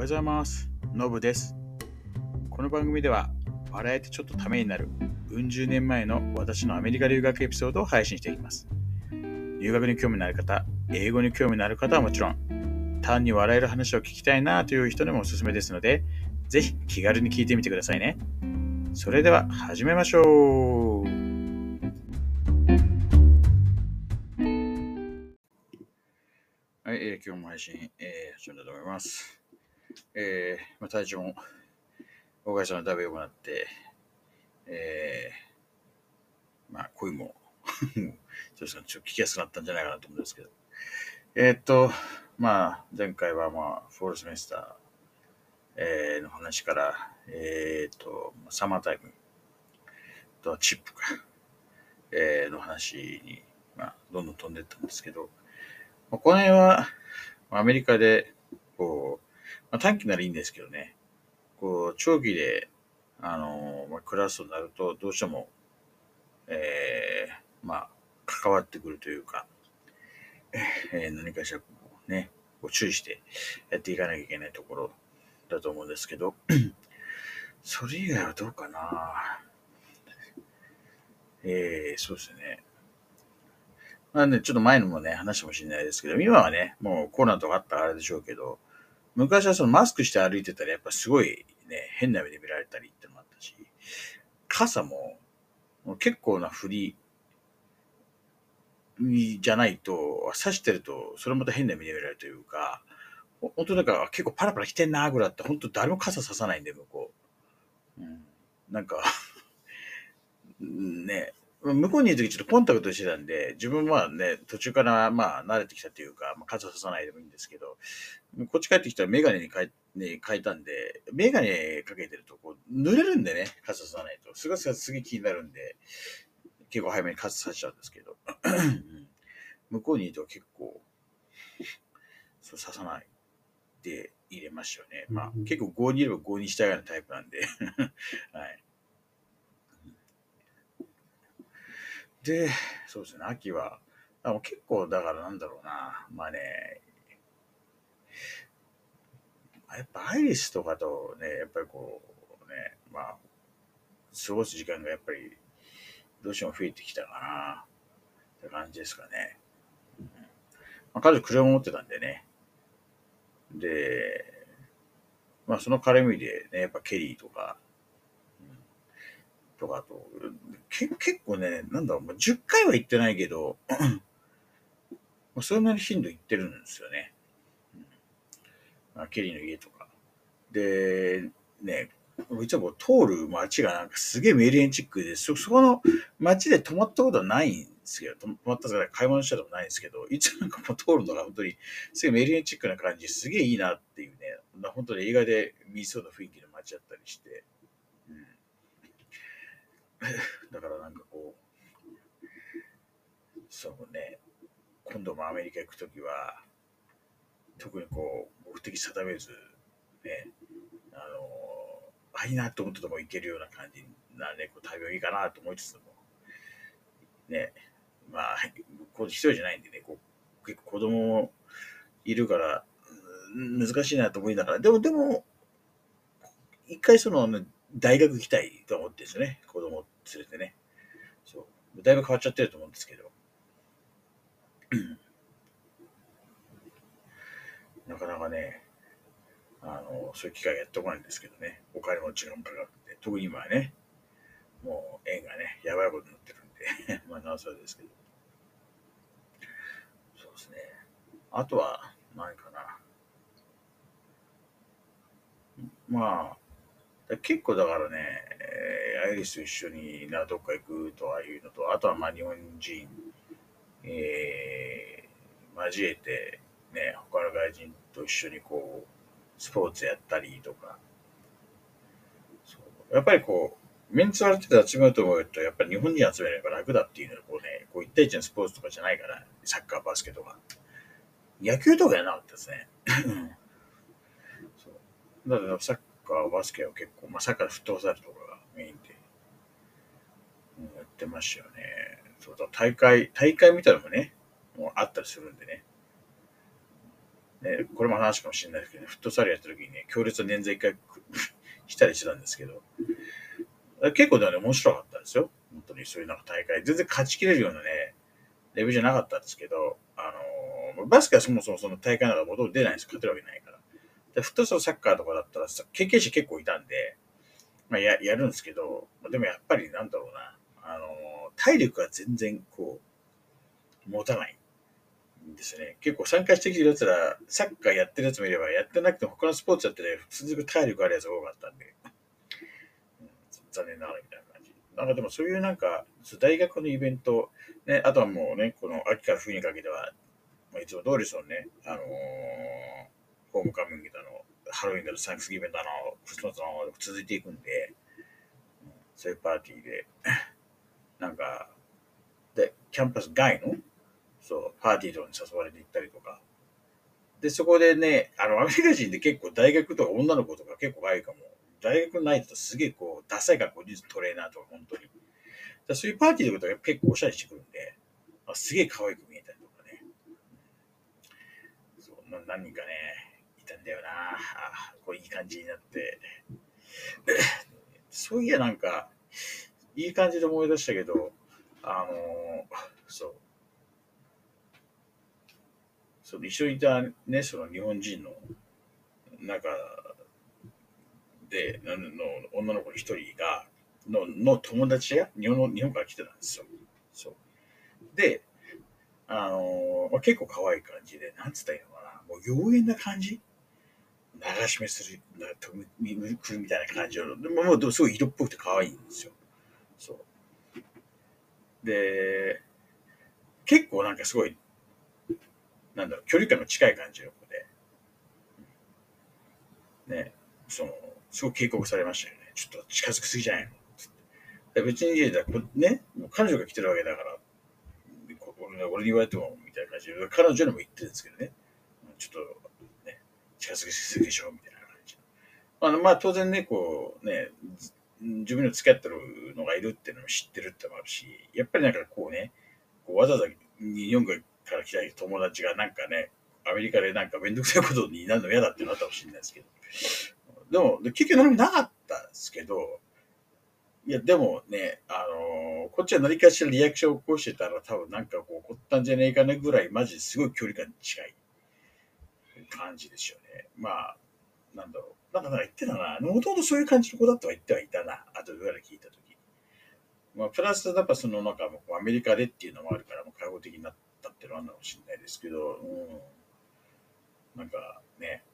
おはようございます。のぶです。この番組では笑えてちょっとためになるうん十年前の私のアメリカ留学エピソードを配信していきます。留学に興味のある方、英語に興味のある方はもちろん、単に笑える話を聞きたいなという人にもおすすめですので、ぜひ気軽に聞いてみてくださいね。それでは始めましょう。はい、今日も配信、始めたいと思います。体調もおかげさまで食べようくなって、声もそうですね、ちょっと聞きやすくなったんじゃないかなと思うんですけど。前回はフォールセメスター、の話から、サマータイムとチップか、の話に、どんどん飛んでいったんですけど、この辺は、アメリカで、短期ならいいんですけどね、長期で、クラスとなると、どうしても、関わってくるというか、何かしら注意してやっていかなきゃいけないところだと思うんですけど、それ以外はどうかな。そうですね。ちょっと前のもね、話かもしれないですけど、今はね、もうコロナとかあったからあれでしょうけど、昔はそのマスクして歩いてたらやっぱすごいね、変な目で見られたりってのもあったし、傘も結構な振りじゃないと、差してると、それまた変な目で見られるというか、本当だから結構パラパラ来てんなーぐらいって、本当誰も傘ささないんで、向こう。なんかね、向こうにいるときちょっとコンタクトしてたんで、自分はね、途中から慣れてきたというか、傘ささないでもいいんですけど、こっち帰ってきたらメガネに変えたんで、メガネかけてると濡れるんでね、傘ささないと。すげえ気になるんで、結構早めに傘さしちゃうんですけど。向こうにいると結構、ささないで入れましたよね。結構5にいれば5にしたいようなタイプなんで。はい。で、そうですね、秋は、結構だからなんだろうな。やっぱアイリスとかとね、やっぱり過ごす時間がやっぱりどうしても増えてきたかなって感じですかね。彼女車持ってたんでね。で、その絡みでね、やっぱケリーとか、あと、結構ね、なんだろう、10回は行ってないけど、そんなに頻度行ってるんですよね。ケリーの家とか。で、ね、実は通る街がなんかすげえメリエンチックで、そこの街で泊まったことはないんですけど、泊まったから買い物したこともないんですけど、いつなんかもう通るのが本当にすげえメリエンチックな感じ、すげえいいなっていうね、本当に映画で見そうな雰囲気の街だったりして、だからなんかそうね、今度もアメリカ行くときは、特に目的定めず、ね、いいなと思ったところ行けるような感じなね、旅はいいかなと思いつつも、ね、一人じゃないんでね、結構子供いるから、難しいなと思いながら、でも、一回大学行きたいと思ってるんですよね、子供連れてね。そう。だいぶ変わっちゃってると思うんですけど、なかなかね、そういう機会やってこないんですけどね、お金も時間もかかって、特に今はね、もう円がね、やばいことになってるんで、なおさらですけど。そうですね。あとは、何かな。結構だからね、アイリスと一緒にどっか行くとはいうのと、あとは日本人、交えて、ね、他の外人と一緒にスポーツやったりとか、やっぱりメンツある程度集めようと思うと、やっぱり日本人集めれば楽だっていうのは、1対1のスポーツとかじゃないから、サッカー、バスケとか。野球とかやらなかったですね。そうだからサッカー、バスケは結構、サッカー、フットサルとかがメインで、やってましたよね。そうだ、大会みたいなのもね、もうあったりするんでね。 ね、これも話かもしれないですけど、ね、フットサルやった時にね、強烈な捻挫一回したりしてたんですけど、結構でもね、面白かったですよ。本当にそういうなんか大会。全然勝ちきれるようなね、レベルじゃなかったんですけど、バスケはそもそもその大会なんか元々出ないんですよ。勝てるわけないから。でフットサルサッカーとかだったら経験者結構いたんで、まあやるんですけど、でもやっぱりなんだろうな、体力が全然こう、持たないんですよね。結構参加してきてる奴ら、サッカーやってる奴もいれば、やってなくても他のスポーツやってて、普通に体力ある奴が多かったんで、うん、残念ながらみたいな感じ。なんかでもそういうなんか、大学のイベント、ね、あとはもうね、この秋から冬にかけては、まあ、いつも通りそのね、ホームカミングだの、ハロウィンだの、サンクスギベンだの、クリスマスだの、続いていくんで、そういうパーティーで、なんか、で、キャンパス外の、そう、パーティーとかに誘われて行ったりとか、で、そこでね、アメリカ人で結構大学とか女の子とか結構若いかも。大学ないとすげえこう、ダサい格好でトレーナーとか本当に。だそういうパーティーとか結構おしゃれしてくるんで、すげえ可愛く見えたりとかね。そう何人かね、いたんだよな。こういい感じになって。そういやなんか、いい感じで思い出したけど、あのそう、一緒にいたね、その日本人の中で、女の子一人が、の友達が日本から来てたんですよ。そう。で、まあ、結構可愛い感じで、なんつったらいいのかな、もう妖艶な感じ流し目する、くるみたいな感じの、でももうすごい色っぽくて可愛いんですよ。そう。で、結構なんかすごい、なんだろう、距離感の近い感じの子で、ね、その、すごい警告されましたよね。ちょっと近づきすぎじゃないの別に家でね、彼女が来てるわけだから、俺に言われても、みたいな感じで、彼女にも言ってるんですけどね、ちょっと、ね、近づきすぎでしょ、みたいな感じ。まあ、当然ね、こう、ね、自分の付き合ってるのがいるっていうのも知ってるってのもあるし、やっぱりなんかこうね、こうわざわざ日本から来た友達がなんかね、アメリカでなんかめんどくさいことになるの嫌だってなったかもしれないですけど。でも、結局何もなかったんですけど、いや、でもね、こっちは何かしらリアクションを起こしてたら多分なんかこう起こったんじゃねえかなぐらい、マジですごい距離感近い感じですよね。まあ、なんだろう。なんか言ってたな。もともとそういう感じの子だとは言ってはいたな。あとで聞いたとき。まあ、プラス、やっぱそのなんかもうアメリカでっていうのもあるから、もう開放的になったっていうのはあるのかもしれないですけど、なんかね、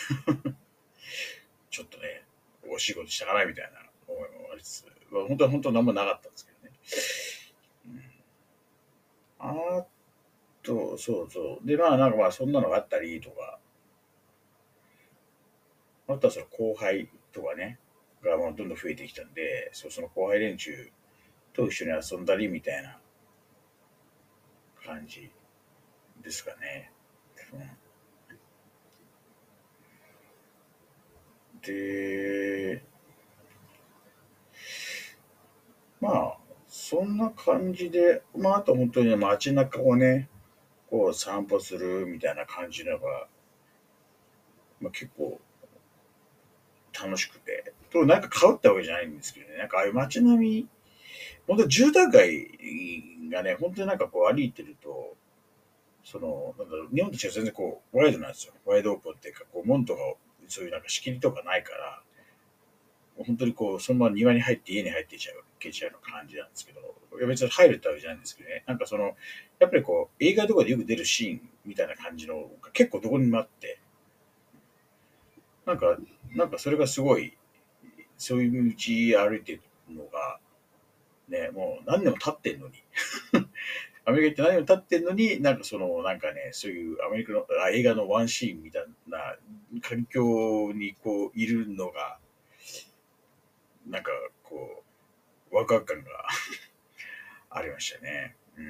ちょっとね、お仕事したかなみたいな思いもありつつ、まあ本当は何もなかったんですけどね。あと、そうそう。で、まあなんかまあそんなのがあったりとか、あとはその後輩とかね、がまあどんどん増えてきたんで、その後輩連中と一緒に遊んだりみたいな感じですかね。うん、で、まあ、そんな感じで、まあ、あと本当に街中をね、こう散歩するみたいな感じのが、まあ、結構楽しくて。と、なんか変わったわけじゃないんですけどね、なんかああいう街並み、本当住宅街がね、本当になんかこう歩いてると、なんだろう、日本と違う全然こう、ワイドなんですよ。ワイドオープンっていうか、こう、門とか、そういうなんか仕切りとかないから、本当にこう、そのまま庭に入って家に入っていけちゃうような感じなんですけど、いや別に入るってわけじゃないんですけどね、なんかやっぱりこう、映画とかでよく出るシーンみたいな感じのが結構どこにもあって、なんか、それがすごい、そういう道歩いてるのが、ね、もう何年も経ってんのに、アメリカ行って何年も経ってんのに、なんかなんかね、そういうアメリカの映画のワンシーンみたいな環境にこう、いるのが、なんかこワクワク感がありましたね。うん。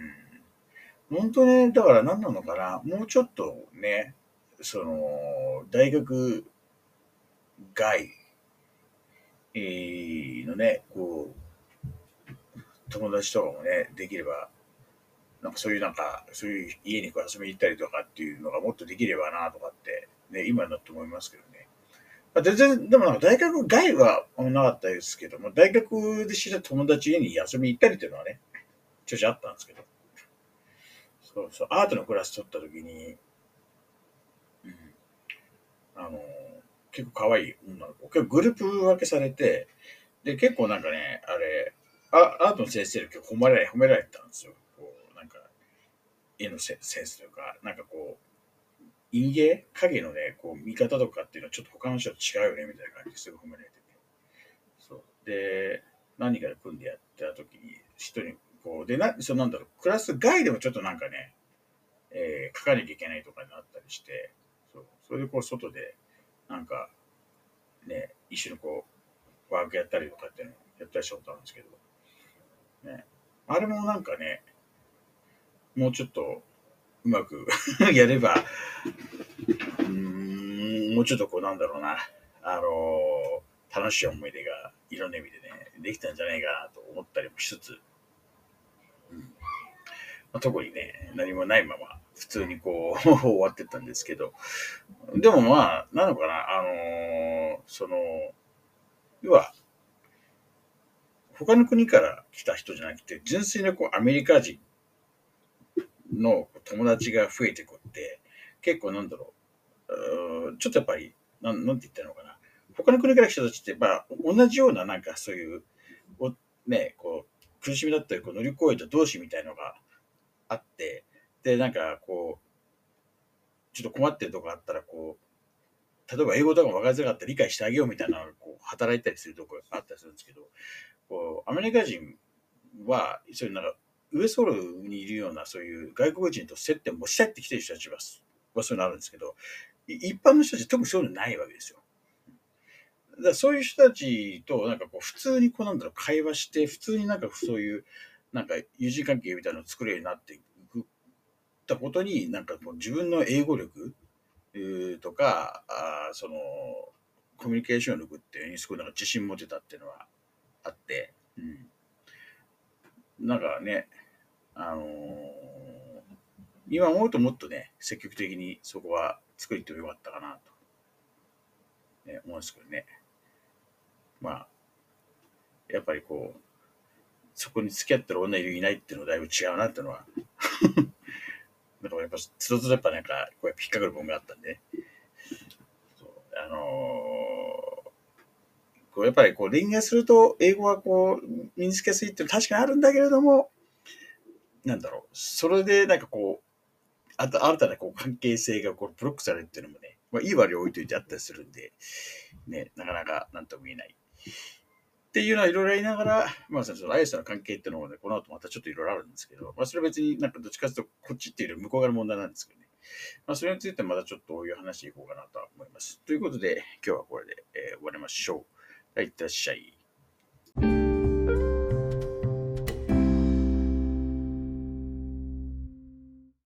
本当ね、だから何なのかな、もうちょっとね、大学外のね、こう、友達とかもね、できれば、なんかそういう家にこう遊びに行ったりとかっていうのがもっとできればなとかってね、今だと思いますけどね。まあ、全然、でもなんか大学外はなかったですけども、大学で知った友達家に遊びに行ったりっていうのはね、ちょいちょいあったんですけど、そうそう、アートのクラス取った時に、うん、あの、結構可愛い女の子、結構グループ分けされて、で、結構なんかね、あれ、アートの先生に結構褒められたんですよ。こう、なんか、絵のセンスというか、なんかこう、影のね、こう、見方とかっていうのはちょっと他の人と違うよね、みたいな感じですごい褒められてて。そう。で、何かで組んでやってた時に、人に、こう、で、なんだろう、クラス外でもちょっとなんかね、書かなきゃいけないとかになったりして、そう。それでこう、外で、なんか、ね、一緒にこう、ワークやったりとかっていうのをやったりしたことあるんですけど、ね。あれもなんかね、もうちょっとうまくやれば、もうちょっとこうなんだろうな、楽しい思い出がいろんな意味でね、できたんじゃないかなと思ったりもしつつ、まあ、特にね、何もないまま、普通にこう終わってったんですけど、でもまあ、なのかな、要は、他の国から来た人じゃなくて、純粋なこうアメリカ人の友達が増えてくって、結構なんだろちょっとやっぱり、なんて言ったのかな。他の国から来た人たちって、まあ、同じような、なんかそういう、ね、こう、苦しみだったり、こう乗り越えた同士みたいのがあって、で、なんかこう、ちょっと困ってるとこあったら、こう、例えば英語とかも分かりづらかったら理解してあげようみたいなのが、こう、働いたりするところがあったりするんですけど、こう、アメリカ人は、そういうなんか、ウエストローにいるような、そういう外国人と接点もしたいってきてる人たちは、そういうのあるんですけど、一般の人たち特にそういうのないわけですよ。だからそういう人たちと、なんかこう、普通にこうなんだろう、会話して、普通になんかそういう、なんか友人関係みたいなのを作れるようになっていくったことに、なんかこう自分の英語力とか、コミュニケーション力っていうのにすごいなんか自信持てたっていうのはあって、なんかね、あのー今思うともっとね、積極的にそこは作りてもよかったかなと、ね、思うんですけどね。まあ、やっぱりこう、そこに付き合ってる女いないっていうのはだいぶ違うなっていうのは、なんかやっぱつどつどやっぱなんか、こうやって引っかかるものがあったんで、そうあのこうやっぱりこう恋愛すると英語はこう身につきやすいっていうのは確かにあるんだけれども、なんだろう、それでなんかこう、新たなこう関係性がこうブロックされるっていうのもね、まあ、いい悪い置いといてあったりするんで、ね、なかなかなんとも言えない。っていうのはいろいろありながら、まあ、そのアイスの関係っていうのもね、この後またちょっといろいろあるんですけど、まあ、それは別になんかどっちかというと、こっちっていうより向こう側の問題なんですけどね。まあ、それについてまたちょっとおいう話していこうかなと思います。ということで、今日はこれで、終わりましょう。はい、いってらっしゃい。